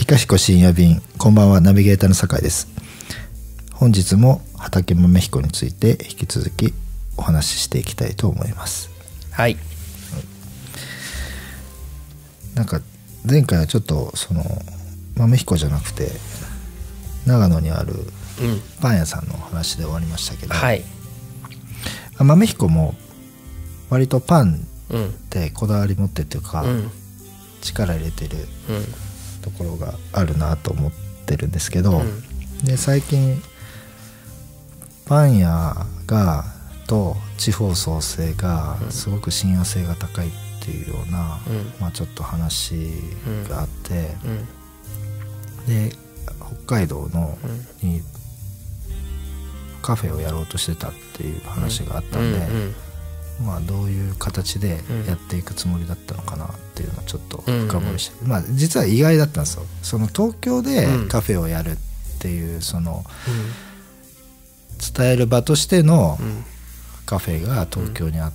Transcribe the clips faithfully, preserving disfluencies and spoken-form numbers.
かひこ深夜便、こんばんは。ナビゲーターの酒井です。本日も畠豆彦について引き続きお話ししていきたいと思います。 はい。 なんか前回はちょっとその豆彦じゃなくて長野にあるパン屋さんの話で終わりましたけど、 はい、 豆彦も割とパンってこだわり持ってっていうか、うん、力入れてるところがあるなと思ってるんですけど、うん、で最近パン屋がと地方創生がすごく親和性が高いっていうような、うん、まあ、ちょっと話があって、うん、で北海道のにカフェをやろうとしてたっていう話があったんで、うんうんうん、まあ、どういう形でやっていくつもりだったのかなっていうのをちょっと深掘りして、うんうん、まあ、実は意外だったんですよ。その東京でカフェをやるっていうその、うん、伝える場としてのカフェが東京にあって、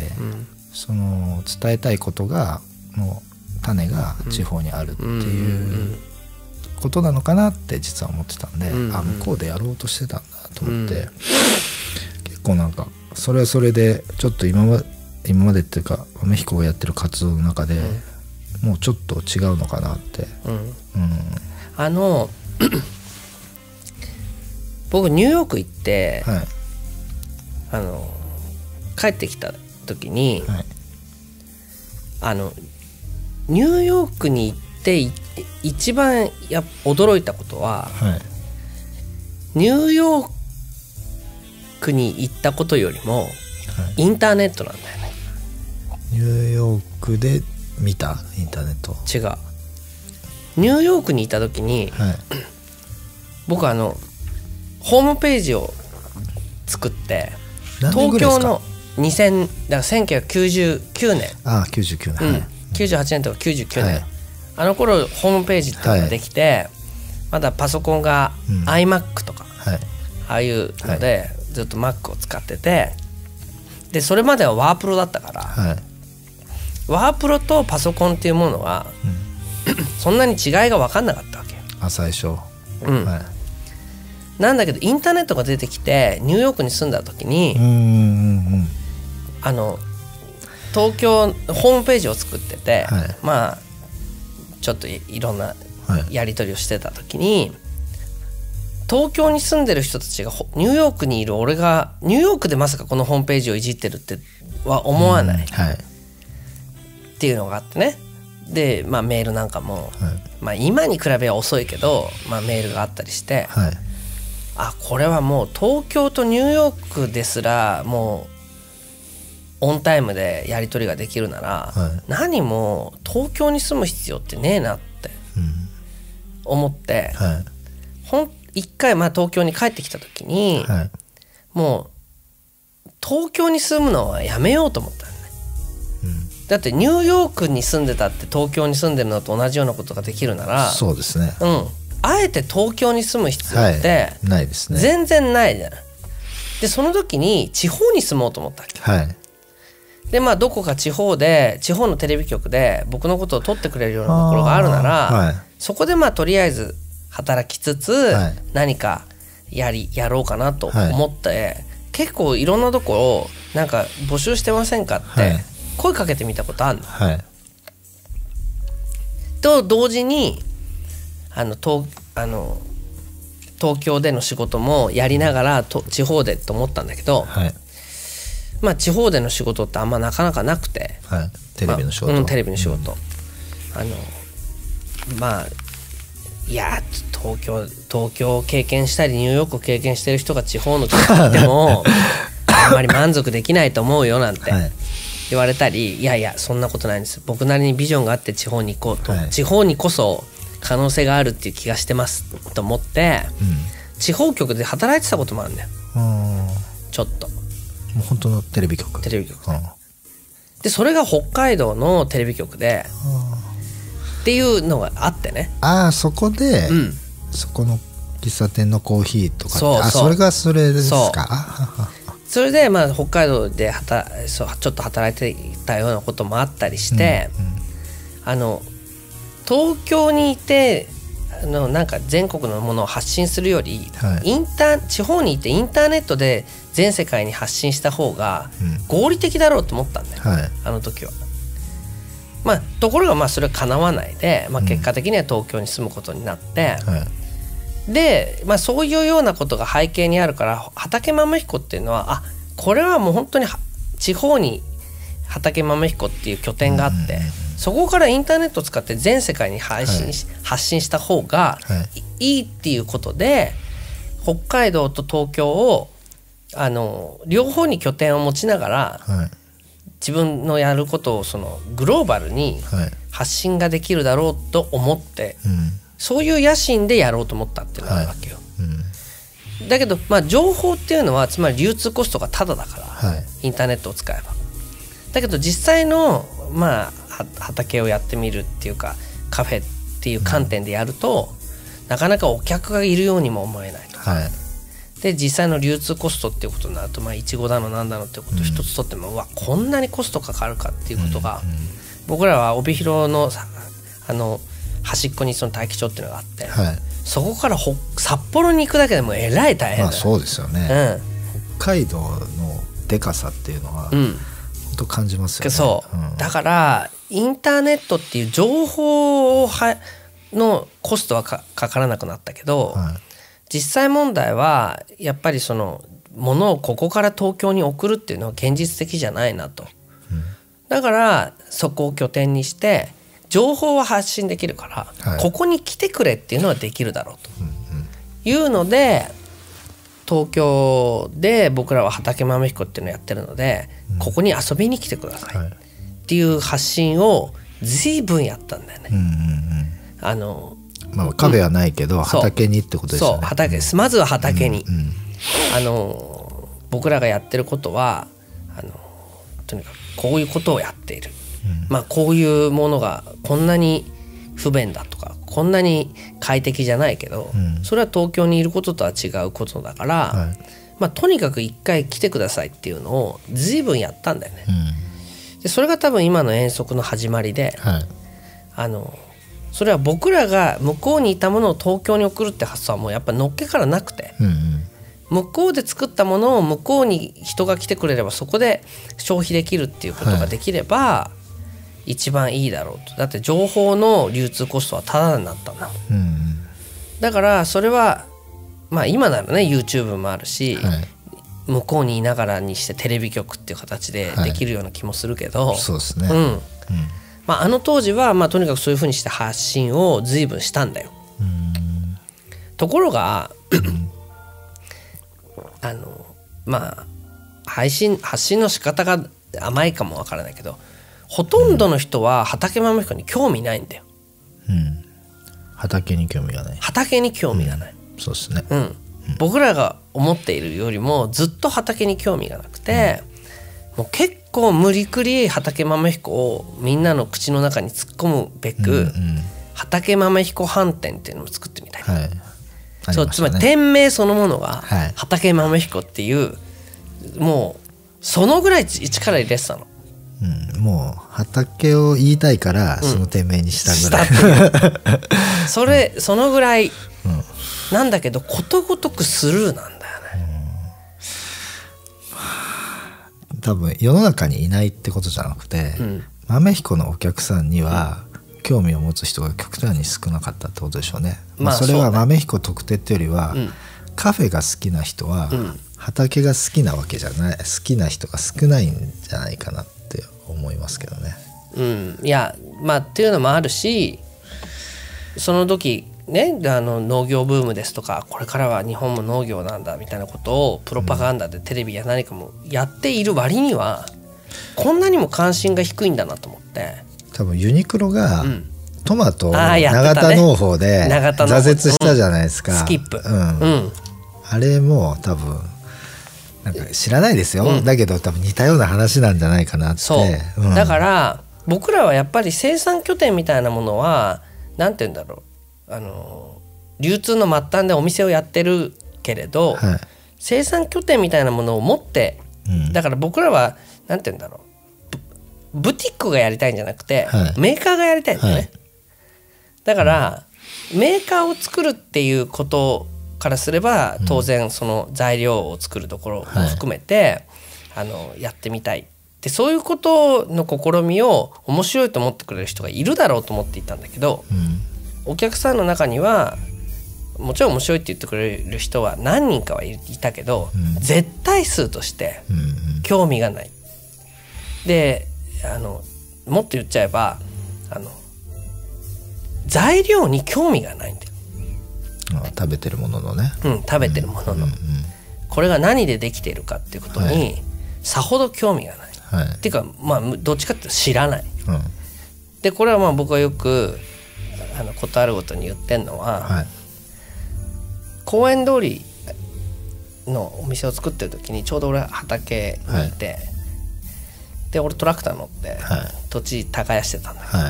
うんうん、その伝えたいことがの種が地方にあるっていうことなのかなって実は思ってたんで、うんうん、あ、向こうでやろうとしてたんだと思って、うん、結構なんかそれはそれでちょっと今ま今までっていうか豆彦がやってる活動の中で、うん、もうちょっと違うのかなって、うんうん、 あの僕ニューヨーク行って、はい、あの帰ってきた時に、はい、あのニューヨークに行って一番や驚いたことは、はい、ニューヨークに行ったことよりも、はい、インターネットなんだよね。 ニューヨークで見たインターネット。 違う。ニューヨークにいた時に、はい、僕あのホームページを作って東京のにせんだからせんきゅうひゃくきゅうじゅうきゅうねん、 ああきゅうじゅうきゅうねん、 うん、きゅうじゅうはちねんとかきゅうじゅうきゅうねん、はい、あの頃ホームページっていうのができて、はい、まだパソコンが iMac とか、うん、はい、ああいうので、はい、ずっと Mac を使ってて、でそれまではワープロだったから、はい、ワープロとパソコンっていうものは、うん、そんなに違いが分かんなかったわけよ。 あ、最初、 うん、はい、なんだけどインターネットが出てきてニューヨークに住んだ時に、うんうんうん、あの東京ホームページを作ってて、はい、まあちょっと い, いろんなやり取りをしてた時に、はい、東京に住んでる人たちがニューヨークにいる俺がニューヨークでまさかこのホームページをいじってるっては思わない、うん、はい、っていうのがあってね。で、まあ、メールなんかも、はい、まあ、今に比べは遅いけど、まあ、メールがあったりして、はい、あ、これはもう東京とニューヨークですらもうオンタイムでやり取りができるなら、はい、何も東京に住む必要ってねえなって思って、うん、はい、ほん一回まあ東京に帰ってきた時に、はい、もう東京に住むのはやめようと思ったんだね、うん、だってニューヨークに住んでたって東京に住んでるのと同じようなことができるなら、 そうですね、 うん、あえて東京に住む必要ってないですね。全然ないじゃない。でその時に地方に住もうと思ったわけ、はい、でまあどこか地方で地方のテレビ局で僕のことを撮ってくれるようなところがあるなら、はい、そこでまあとりあえず働きつつ、はい、何かやりやろうかなと思って、はい、結構いろんなところをなんか募集してませんかって声かけてみたことあるの、はい、と同時にあの 東, あの東京での仕事もやりながらと地方でと思ったんだけど、はい、まあ地方での仕事ってあんまなかなかなくて、 はい、テレビの仕事、 まあうん、テレビの仕事、うん、あのまあいや東京東京を経験したりニューヨークを経験してる人が地方の人にってもあんまり満足できないと思うよなんて言われたり、はい、いやいやそんなことないんです、僕なりにビジョンがあって地方に行こうと、はい、地方にこそ可能性があるっていう気がしてますと思って、うん、地方局で働いてたこともあるんだよ、ちょっともう本当のテレビ局テレビ局で、でそれが北海道のテレビ局でっていうのがあってね、 ああそこで、うん、そこの喫茶店のコーヒーとか、そうそう、あそれがそれですか。 それでまあ北海道で働そうちょっと働いていたようなこともあったりして、うんうん、あの東京にいてのなんか全国のものを発信するより、 はい、 インター地方に行ってインターネットで全世界に発信した方が合理的だろうと思ったんだよ、はい、あの時は。まあ、ところがまあそれは叶わないで、まあ、結果的には東京に住むことになって、うんはい、で、まあ、そういうようなことが背景にあるから畠豆彦っていうのはあこれはもう本当に地方に畠豆彦っていう拠点があって、うん、そこからインターネットを使って全世界に配信し、はい、発信した方がいいっていうことで、はい、北海道と東京をあの両方に拠点を持ちながら、はい、自分のやることをそのグローバルに発信ができるだろうと思って、はいうん、そういう野心でやろうと思ったっていうのがあるわけよ、はいうん、だけど、まあ、情報っていうのはつまり流通コストがタダだから、はい、インターネットを使えばだけど実際の、まあ、畑をやってみるっていうかカフェっていう観点でやると、うん、なかなかお客がいるようにも思えないとか、はいで実際の流通コストっていうことになるとまあいちごだのなんだのっていうことを一つとっても、うん、うわこんなにコストかかるかっていうことが、うんうん、僕らは帯広のあの端っこにその大樹町っていうのがあって、はい、そこからほ札幌に行くだけでもえらい大変だよ、まあ、 そうですよね、うん、北海道のでかさっていうのは、うん、本当感じますよね。 そう、うん、だからインターネットっていう情報をはのコストは か, かからなくなったけど、はい実際問題はやっぱりその物をここから東京に送るっていうのは現実的じゃないなと、うん、だからそこを拠点にして情報は発信できるから、はい、ここに来てくれっていうのはできるだろうというので東京で僕らは畠豆彦っていうのをやってるので、うん、ここに遊びに来てくださいっていう発信を随分やったんだよね、うんうんうん、あのまあ、カフェはないけど、うん、畑にってことですよね。 そう畑ですまずは畑に、うんうん、あの僕らがやってることはあのとにかくこういうことをやっている、うんまあ、こういうものがこんなに不便だとかこんなに快適じゃないけど、うん、それは東京にいることとは違うことだから、はいまあ、とにかく一回来てくださいっていうのを随分やったんだよね、うん、でそれが多分今の遠足の始まりで、はい、あのそれは僕らが向こうにいたものを東京に送るって発想はもうやっぱのっけからなくて、うんうん、向こうで作ったものを向こうに人が来てくれればそこで消費できるっていうことができれば一番いいだろうと。だって情報の流通コストはタダになったんだもん、うんうん、だからそれはまあ今ならね YouTube もあるし、はい、向こうにいながらにしてテレビ局っていう形でできるような気もするけど、はい、 そうですね、 うんうんまあ、あの当時はまあとにかくそういうふうにして発信を随分したんだよ。うんところがあのまあ配信発信の仕方が甘いかもわからないけどほとんどの人は畠豆彦に興味ないんだよ、 うん、畑に興味がない畑に興味がない、 うん、そうですね、 うんうん、僕らが思っているよりもずっと畑に興味がなくて、うん、もう結構無理くり畠豆彦をみんなの口の中に突っ込むべく、うんうん、畠豆彦飯店っていうのを作ってみたい、はいね、そうつまり店名そのものが畠豆彦っていう、はい、もうそのぐらい力入れてたの、 うん、もう畑を言いたいからその店名にしたぐらい、 うん、それそのぐらい、うん、なんだけどことごとくスルーなんだよね、 うん、多分世の中にいないってことじゃなくて、うん、豆彦のお客さんには興味を持つ人が極端に少なかったってことでしょうね、まあ、それは豆彦特定ってよりは、うん、カフェが好きな人は、うん、畑が好きなわけじゃない好きな人が少ないんじゃないかなって思いますけどね。 うん、いやまあっていうのもあるしその時ねあの農業ブームですとかこれからは日本も農業なんだみたいなことをプロパガンダでテレビや何かもやっている割には、うん、こんなにも関心が低いんだなと思って多分ユニクロが、うん、トマトを長田農法で挫折したじゃないですか、うん、 スキップ、 うんうん、あれも多分なんか知らないですよ、うん、だけど多分似たような話なんじゃないかなって。 そう、うん、だから僕らはやっぱり生産拠点みたいなものはなんて言うんだろうあの流通の末端でお店をやってるけれど、はい、生産拠点みたいなものを持って、うん、だから僕らはなんて言うんだろう ブ, ブティックがやりたいんじゃなくて、はい、メーカーがやりたいんだよね、はい、だからメーカーを作るっていうことからすれば当然その材料を作るところも含めて、はい、あのやってみたいで、そういうことの試みを面白いと思ってくれる人がいるだろうと思っていたんだけど、うん、お客さんの中にはもちろん面白いって言ってくれる人は何人かはいたけど、うん、絶対数として興味がない、うん、であのもっと言っちゃえばあの材料に興味がないんだよ。 あ、食べてるもののね、 うん、食べてるものの、うんうんうん、これが何でできているかっていうことに、はい、さほど興味がない、はい、っていうか、まあ、どっちかっていうと知らない、うん、でこれはまあ僕はよくあのことあるごとに言ってるのは、はい、公園通りのお店を作ってる時にちょうど俺畑にいて、はい、で俺トラクター乗って、はい、土地耕してたんだけど、はい、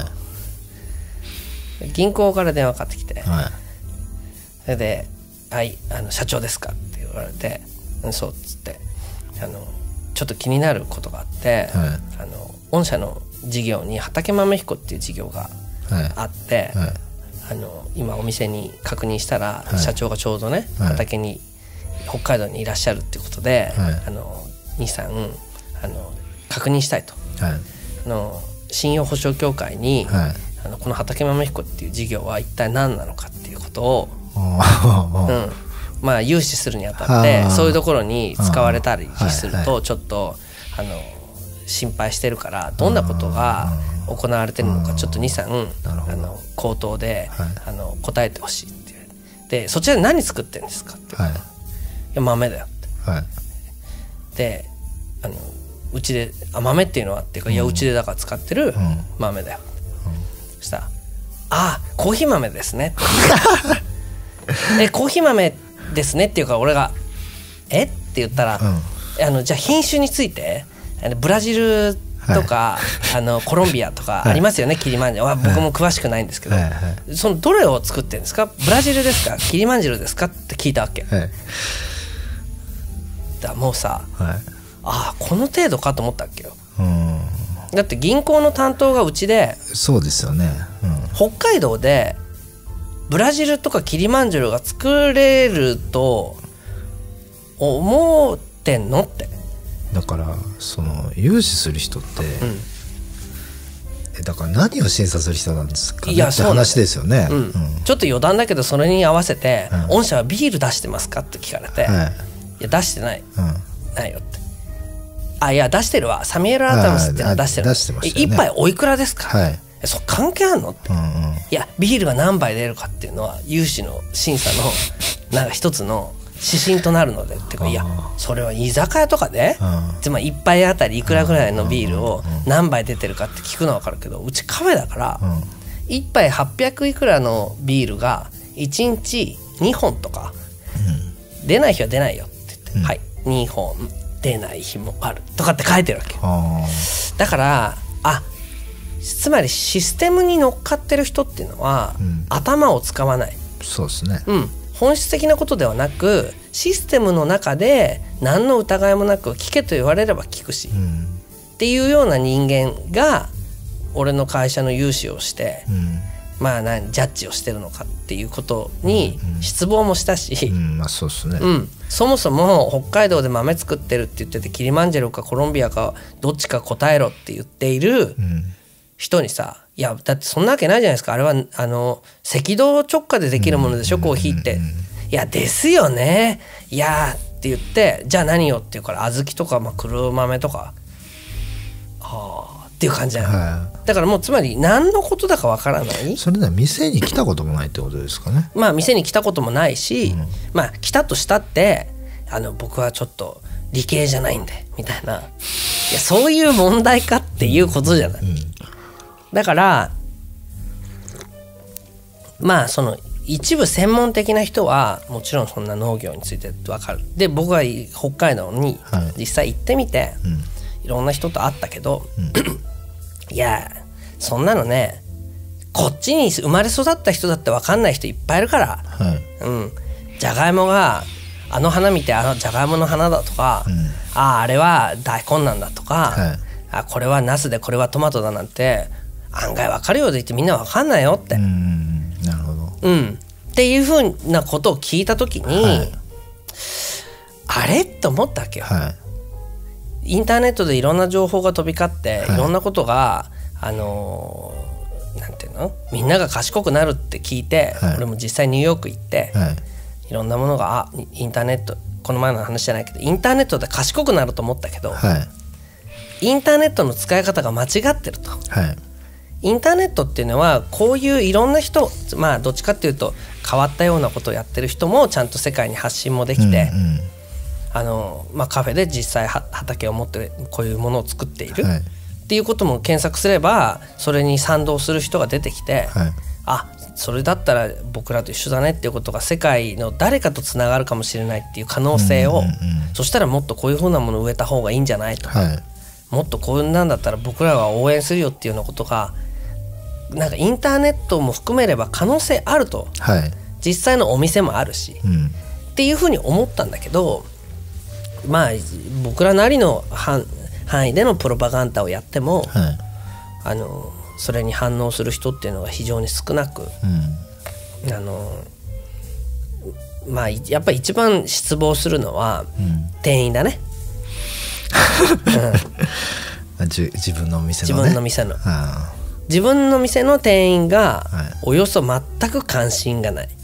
銀行から電話かかってきて、はい、それで「はい、あの社長ですか?」って言われて「うん、そう」っつってあのちょっと気になることがあって、はい、あの御社の事業に畑豆彦っていう事業があって、はいはい、あの今お店に確認したら、はい、社長がちょうどね、はい、畑に北海道にいらっしゃるっていうことで、はい、あの兄さんあの確認したいと、はい、あの信用保証協会に、はい、あのこの畑豆彦っていう事業は一体何なのかっていうことを、うんまあ、融資するにあたってそういうところに使われたりするとちょっとあの心配してるからどんなことが行われてるのかちょっとにさんあの口頭で、はい、あの答えてほしいっていうでそちらで何作ってるんですかって、はい、いや豆だよって、はい、であのうちであ豆っていうのはっていうか、うん、いやうちでだから使ってる豆だよ、うん、そしたらあコーヒー豆ですねえコーヒー豆ですねっていうか俺がえって言ったら、うん、あのじゃあ品種についてブラジルとか、はい、あのコロンビアとかありますよね、はい、キリマンジャロは僕も詳しくないんですけど、はいはい、そのどれを作ってるんですかブラジルですかキリマンジャロですかって聞いたわけ、はい、だもうさ、はい、あこの程度かと思ったわけよ。うんだって銀行の担当がうちでそうですよね、うん、 北海道でブラジルとかキリマンジャロが作れると思ってんのってだからその融資する人って、うん、だから何を審査する人なんですかねって話ですよね、うんうん、 ちょっと余談だけどそれに合わせて、うん、御社はビール出してますかって聞かれて、はい、いや出してない、うん、ないよってあいや出してるわサミュエル・アダムスってのは出してる出してましたよね一杯おいくらですか、はい、そ関係あんのって、うんうん、いやビールが何杯出るかっていうのは融資の審査のなんか一つの指針となるのでってかいやそれは居酒屋とかでつまりいっぱいあたりいくらぐらいのビールを何杯出てるかって聞くのは分かるけどうちカフェだからいっぱいはっぴゃくいくらのビールがいちにちにほんとか出ない日は出ないよって言って、うん、はいにほん出ない日もあるとかって書いてるわけだからあつまりシステムに乗っかってる人っていうのは、うん、頭を使わないそうですね、 うん、本質的なことではなくシステムの中で何の疑いもなく聞けと言われれば聞くし、うん、っていうような人間が俺の会社の融資をして、うん、まあ何ジャッジをしてるのかっていうことに失望もしたし、 うんうんまあそうですねうん、そもそも北海道で豆作ってるって言っててキリマンジャロかコロンビアかどっちか答えろって言っている人にさいやだってそんなわけないじゃないですかあれはあの赤道直下でできるものでしょ、うん、コーヒーって、うん、いやですよねいやって言ってじゃあ何よって言うから小豆とか、まあ、黒豆とかはあっていう感じじゃない、はい、だからもうつまり何のことだかわからないそれでは店に来たこともないってことですかねまあ店に来たこともないし、うん、まあ来たとしたってあの僕はちょっと理系じゃないんでみたいないやそういう問題かっていうことじゃない、うん、だからまあその一部専門的な人はもちろんそんな農業について分かるで僕は北海道に実際行ってみて、はいうん、いろんな人と会ったけど、うん、いやそんなのねこっちに生まれ育った人だって分かんない人いっぱいいるから、はいうん、じゃがいもがあの花見てあのじゃがいもの花だとか、うん、あああれは大根なんだとか、はい、あこれはナスでこれはトマトだなんて案外分かるようで言ってみんな分かんないよってうんなるほど、 うん、っていうふうなことを聞いた時に、はい、あれと思ったわけよ、はい、インターネットでいろんな情報が飛び交って、はい、いろんなことがあのー、なんていうのみんなが賢くなるって聞いて、はい、俺も実際ニューヨーク行って、はい、いろんなものがあインターネットこの前の話じゃないけどインターネットで賢くなると思ったけど、はい、インターネットの使い方が間違ってると、はい、インターネットっていうのはこういういろんな人まあどっちかっていうと変わったようなことをやってる人もちゃんと世界に発信もできて、うんうんあのまあ、カフェで実際畑を持ってこういうものを作っている、はい、っていうことも検索すればそれに賛同する人が出てきて、はい、あそれだったら僕らと一緒だねっていうことが世界の誰かとつながるかもしれないっていう可能性を、うんうんうん、そしたらもっとこういうふうなものを植えた方がいいんじゃないとか、はい、もっとこういうなんだったら僕らは応援するよっていうようなことがなんかインターネットも含めれば可能性あると、はい、実際のお店もあるし、うん、っていうふうに思ったんだけどまあ僕らなりの範囲でのプロパガンダをやっても、はい、あのそれに反応する人っていうのが非常に少なく、うん、あのまあやっぱり一番失望するのは、うん、店員だね、 うん、自分の店のね自分の店の自分の店の店員がおよそ全く関心がない、はい、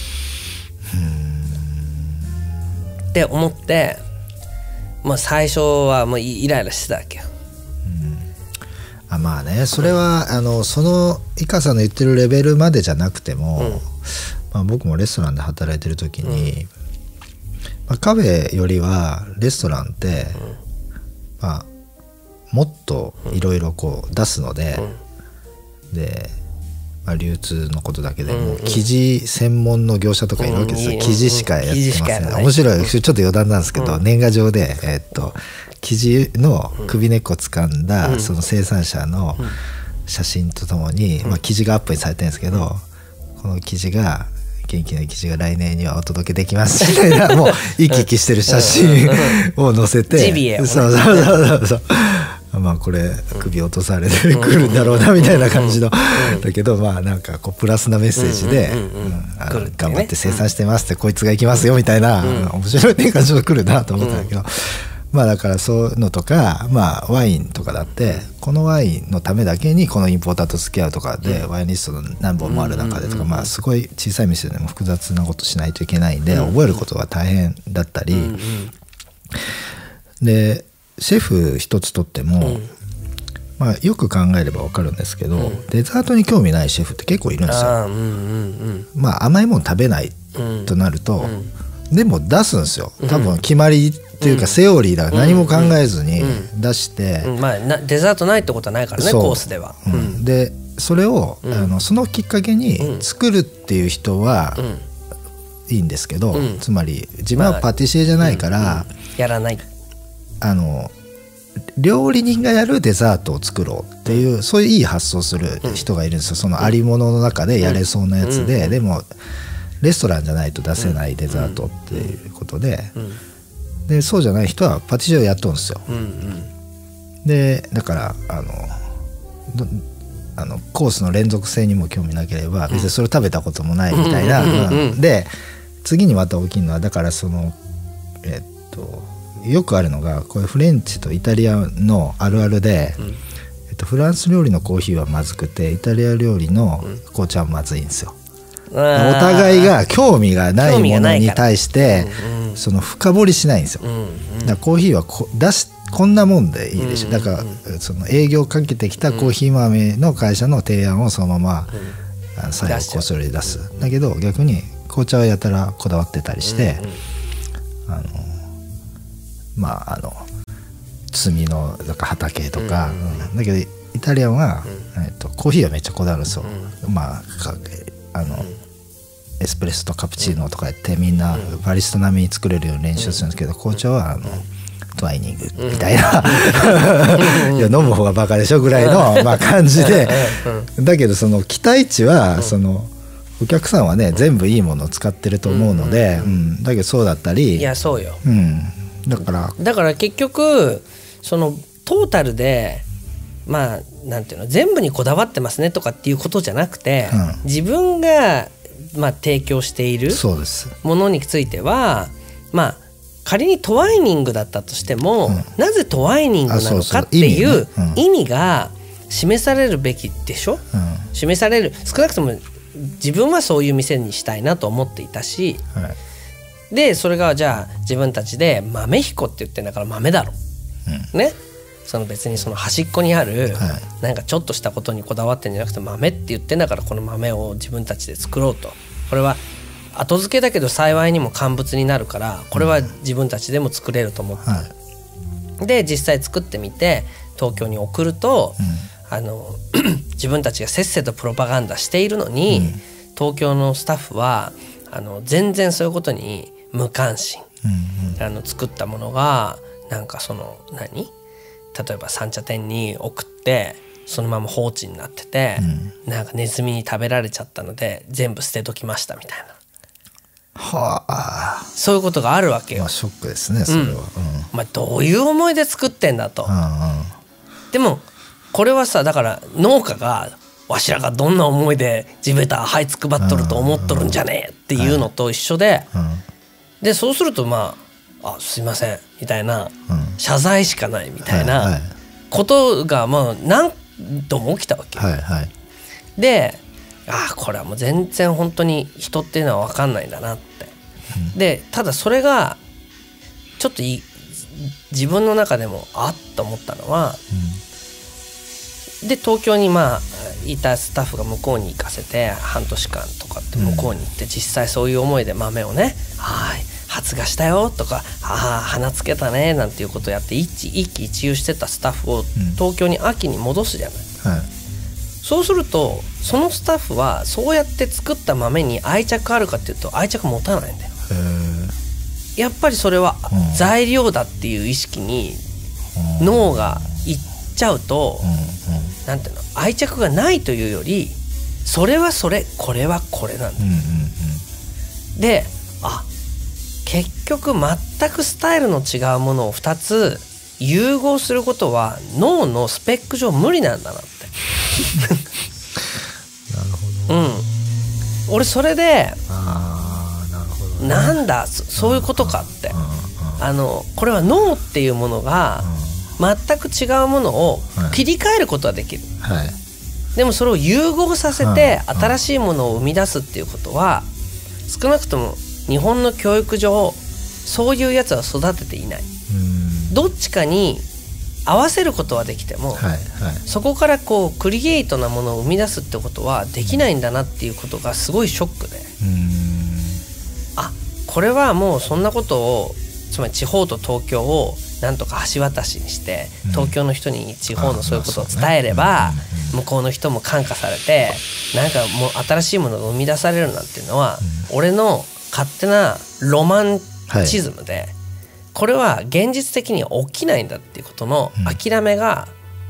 って思ってもう最初はもうイライラしてたわけよ。 あまあねそれは、うん、あのそのイカさんの言ってるレベルまでじゃなくても、うんまあ、僕もレストランで働いてる時に、うんまあ、カフェよりはレストランって、うんまあ、もっといろいろこう出すので、うん、で、まあ、流通のことだけでも生地専門の業者とかいるわけですよ、うんうん、生地しかやってますね、うん、面白いちょっと余談なんですけど、うん、年賀状でえー、っと生地の首根っこ掴んだその生産者の写真とともに、まあ、生地がアップにされてるんですけどこの生地が元気な生地が来年にはお届けできますみたいなもう生き生きしてる写真を載せてジビエをねそうそうそうそうまあこれ首落とされてくるんだろうなみたいな感じのだけどまあなんかこうプラスなメッセージで頑張って生産してますってこいつが行きますよみたいな面白い年賀状来るなと思ったんだけどまあだからそういうのとかまあワインとかだってこのワインのためだけにこのインポーターと付き合うとかでワインリストの何本もある中でとかまあすごい小さい店でも複雑なことしないといけないんで覚えることが大変だったりでシェフ一つとっても、うんまあ、よく考えれば分かるんですけど、うん、デザートに興味ないシェフって結構いるんですよ。あ、うんうんうんまあ、甘いもの食べないとなると、うん、でも出すんですよ多分決まりっていうかセオリーだから何も考えずに出して、 うんうんまあ、なデザートないってことはないからねコースでは、 うん、でそれを、うん、あのそのきっかけに作るっていう人はいいんですけど、うん、つまり自分はパティシエじゃないから、まあうんうん、 やらないあの料理人がやるデザートを作ろうっていう、うん、そういういい発想する人がいるんですよ。そのありものの中でやれそうなやつで、うん、でもレストランじゃないと出せないデザートっていうことで、うん、でそうじゃない人はパティシエをやっとるんですよ、うんうん、でだからあのあのコースの連続性にも興味なければ別にそれを食べたこともないみたいな、うんうん、で次にまた起きるのはだからそのえっとよくあるのがこれフレンチとイタリアのあるあるで、うんえっと、フランス料理のコーヒーはまずくてイタリア料理の紅茶はまずいんですよ、うん、お互いが興味がないものに対してその深掘りしないんですよ、うんうん、だからコーヒーはこ出しこんなもんでいいでしょ、うんうん、だからその営業かけてきたコーヒー豆の会社の提案をそのまま、うん、最後こっそり出すだけど逆に紅茶はやたらこだわってたりして、うんうん、あのまああの摘みのなんか畑とか、うんうん、だけどイタリアンは、うんえっと、コーヒーはめっちゃこだわるんですよ、うん、まああの、うん、エスプレッソとカプチーノとかやってみんなバリスタ並みに作れるように練習するんですけど、うん、紅茶はあの、うん、トワイニングみたいな、うん、いや飲む方がバカでしょぐらいの、まあ、感じでだけどその期待値は、うん、そのお客さんはね全部いいものを使ってると思うので、うんうんうん、だけどそうだったりいやそうよ、 うんだからだから結局そのトータルでまあなんていうの全部にこだわってますねとかっていうことじゃなくて、うん、自分がまあ、提供しているそうですものについてはまあ仮にトワイニングだったとしても、うん、なぜトワイニングなのかっていう意味が示されるべきでしょ、うん、示される少なくとも自分はそういう店にしたいなと思っていたし、はい、でそれがじゃあ自分たちで豆彦って言ってんだから豆だろ、うん、ねその別にその端っこにある、はい、なんかちょっとしたことにこだわってんじゃなくて豆って言ってんだからこの豆を自分たちで作ろうとこれは後付けだけど幸いにも乾物になるからこれは自分たちでも作れると思った、はい、で実際作ってみて東京に送ると、うん、あの自分たちがせっせとプロパガンダしているのに、うん、東京のスタッフはあの全然そういうことに無関心、うんうん、あの作ったものがなんかその何例えば三茶店に送ってそのまま放置になってて、うん、なんかネズミに食べられちゃったので全部捨てときましたみたいなはあ、 そういうことがあるわけよ、 まあ、ショックですねそれは、うんうんまあ、どういう思いで作ってんだと、うんうん、でもこれはさだから農家がわしらがどんな思いで地べた這いつくばっとると思っとるんじゃねえっていうのと一緒で、うんうん、でそうするとまああすいませんみたいな、うん、謝罪しかないみたいなことがまあ何度も起きたわけ、はいはい、でああこれはもう全然本当に人っていうのは分かんないんだなって、うん、でただそれがちょっとい自分の中でもあっと思ったのは、うん、で東京にまあいたスタッフが向こうに行かせて半年間とかって向こうに行って実際そういう思いで豆をね、うん、はい発芽したよとかあ花つけたねなんていうことをやって一一喜一憂してたスタッフを東京に秋に戻すじゃない、うんはい、そうするとそのスタッフはそうやって作った豆に愛着あるかっていうと愛着持たないんだよ。やっぱりそれは材料だっていう意識に脳がいっちゃうと、うんうん、なんていうの愛着がないというよりそれはそれこれはこれなんだ、うんうんうん、であ結局全くスタイルの違うものをふたつ融合することは脳のスペック上無理なんだなってなるほど、 うん、俺それであなるほど、ね、 なんだ そ, そういうことかってあのこれは脳っていうものが全く違うものを切り替えることはできる、はいはい、でもそれを融合させて新しいものを生み出すっていうことは少なくとも日本の教育上そういうやつは育てていない。うんどっちかに合わせることはできても、はいはい、そこからこうクリエイトなものを生み出すってことはできないんだなっていうことがすごいショックで、うんあこれはもうそんなことをつまり地方と東京をなんとか橋渡しにして東京の人に地方のそういうことを伝えれば向こうの人も感化されてなんかもう新しいものが生み出されるなんていうのは俺の勝手なロマンチズムで、はい、これは現実的には起きないんだっていうことの諦めが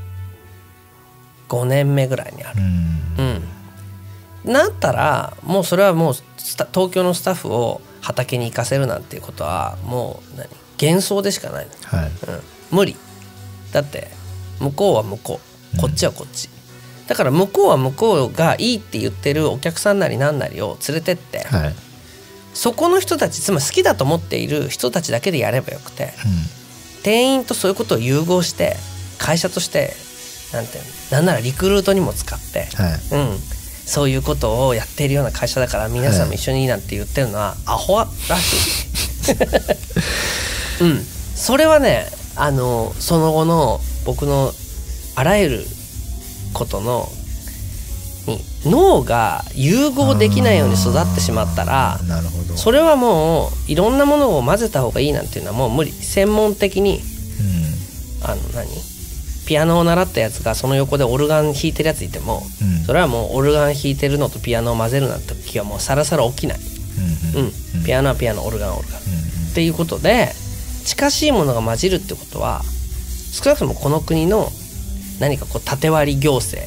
ごねんめぐらいにある、うんうん、なったらもうそれはもう東京のスタッフを畑に行かせるなんていうことはもう何幻想でしかない、はいうん、無理だって向こうは向こうこっちはこっち、うん、だから向こうは向こうがいいって言ってるお客さんなりなんなりを連れてって、はいそこの人たちつまり好きだと思っている人たちだけでやればよくて、うん、店員とそういうことを融合して会社としてなんてなんならリクルートにも使って、はいうん、そういうことをやっているような会社だから皆さんも一緒になんて言ってるのはアホらしい、うん、それはねあのその後の僕のあらゆることのに脳が融合できないように育ってしまったらなるほどそれはもういろんなものを混ぜた方がいいなんていうのはもう無理専門的に、うん、あの何ピアノを習ったやつがその横でオルガン弾いてるやついても、うん、それはもうオルガン弾いてるのとピアノを混ぜるなんて気はもうさらさら起きない、うんうんうん、ピアノはピアノオルガンはオルガン、うんうん、っていうことで近しいものが混じるってことは少なくともこの国の何かこう縦割り行政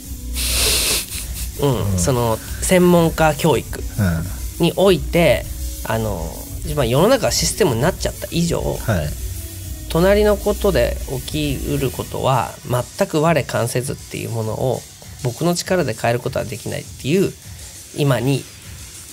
うんうん、その専門家教育において、うん、あの世の中がシステムになっちゃった以上、はい、隣のことで起きうることは全く我関せずっていうものを僕の力で変えることはできないっていう今に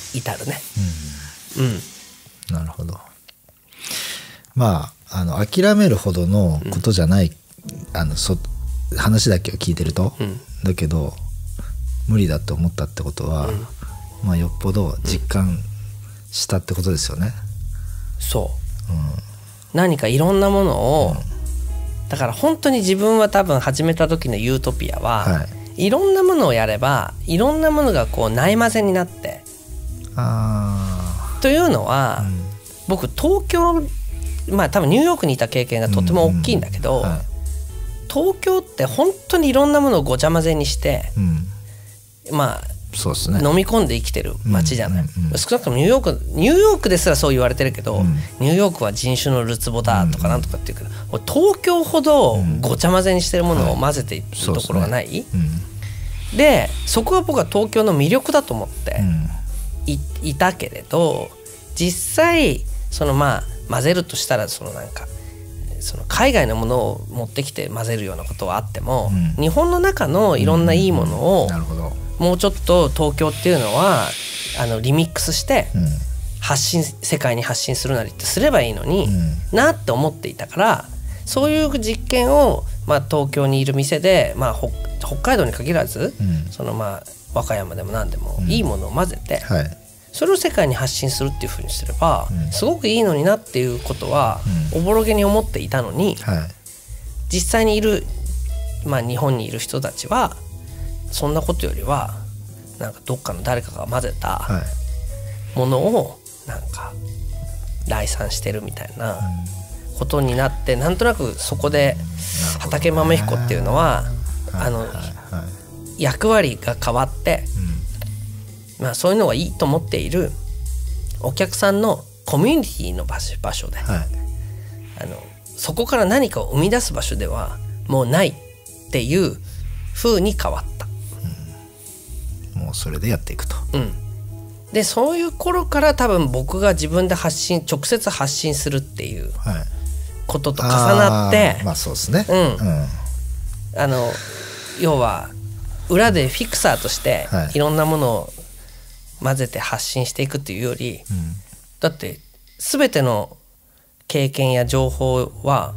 至るね。 うん、うん、なるほど。まああの諦めるほどのことじゃない、うん、あのそ話だけを聞いてると、うん、だけど無理だって思ったってことは、うん、まあよっぽど実感したってことですよね。 うん、そう、うん、何かいろんなものを、うん、だから本当に自分は多分始めた時のユートピアは、はい、いろんなものをやればいろんなものがこうないまぜになって、あというのは、うん、僕東京まあ多分ニューヨークにいた経験がとても大きいんだけど、うんうんはい、東京って本当にいろんなものをごちゃ混ぜにして、うん、まあそうですね、飲み込んで生きてる街じゃない、うんうんうん、少なくともニューヨークニューヨークですらそう言われてるけど、うん、ニューヨークは人種のるつぼだとかなんとかっていうけど、うんうん、東京ほどごちゃ混ぜにしてるものを混ぜているところがない、はい、で, ねうん、でそこは僕は東京の魅力だと思って い,、うん、いたけれど、実際そのまあ混ぜるとしたらそのなんかその海外のものを持ってきて混ぜるようなことはあっても、うん、日本の中のいろんないいものを、うんうん、なるほど、もうちょっと東京っていうのはあのリミックスして発信、うん、世界に発信するなりってすればいいのに、うん、なって思っていたから、そういう実験を、まあ、東京にいる店で、まあ、北海道に限らず、うん、そのまあ和歌山でも何でもいいものを混ぜて、うんはい、それを世界に発信するっていう風にすれば、うん、すごくいいのになっていうことは、うん、おぼろげに思っていたのに、はい、実際にいる、まあ、日本にいる人たちはそんなことよりはなんかどっかの誰かが混ぜたものをなんか来賛してるみたいなことになって、なんとなくそこで畠豆彦っていうのはあの役割が変わって、まあそういうのがいいと思っているお客さんのコミュニティの場所で、あのそこから何かを生み出す場所ではもうないっていう風に変わった。 もうそれでやっていくと、 うん、でそういう頃から多分僕が自分で発信直接発信するっていうことと重なって、はい、 あまあそうですね、 うんうん、あの要は裏でフィクサーとしていろんなものを混ぜて発信していくっていうより、うん、だって全ての経験や情報は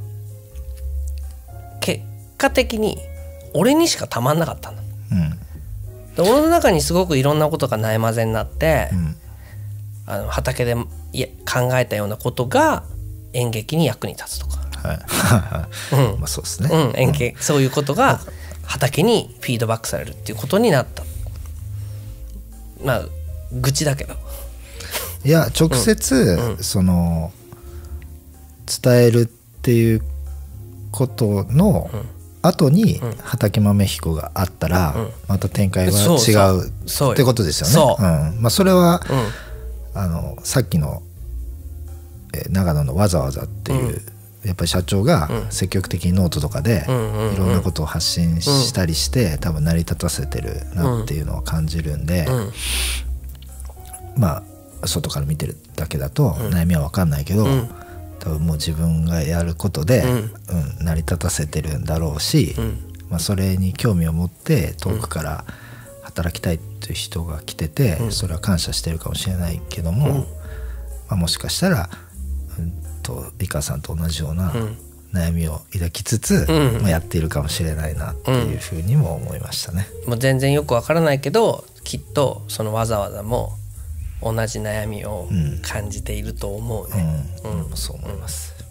結果的に俺にしかたまんなかったんだ、うん俺の中にすごくいろんなことがないまぜになって、うん、あの畑で考えたようなことが演劇に役に立つとか、はいうんまあ、そうですね、うん、演劇、うん、そういうことが畑にフィードバックされるっていうことになった。まあ愚痴だけどいや直接、うんうん、その伝えるっていうことの、うん後に畠豆彦があったらまた展開は違うってことですよね。そう、うんまあ、それは、うん、あのさっきのえ長野のわざわざっていう、うん、やっぱり社長が積極的にノートとかでいろんなことを発信したりして多分成り立たせてるなっていうのを感じるんで、うん、まあ外から見てるだけだと悩みは分かんないけど、うん多分もう自分がやることで、うんうん、成り立たせてるんだろうし、うんまあ、それに興味を持って遠くから働きたいっていう人が来てて、うん、それは感謝してるかもしれないけども、うんまあ、もしかしたら、うん、とリカさんと同じような悩みを抱きつつ、うんまあ、やっているかもしれないなっていうふうにも思いましたね、 うん、もう全然よくわからないけどきっとそのわざわざも同じ悩みを感じていると思うね、 うんうんうん、そう思います、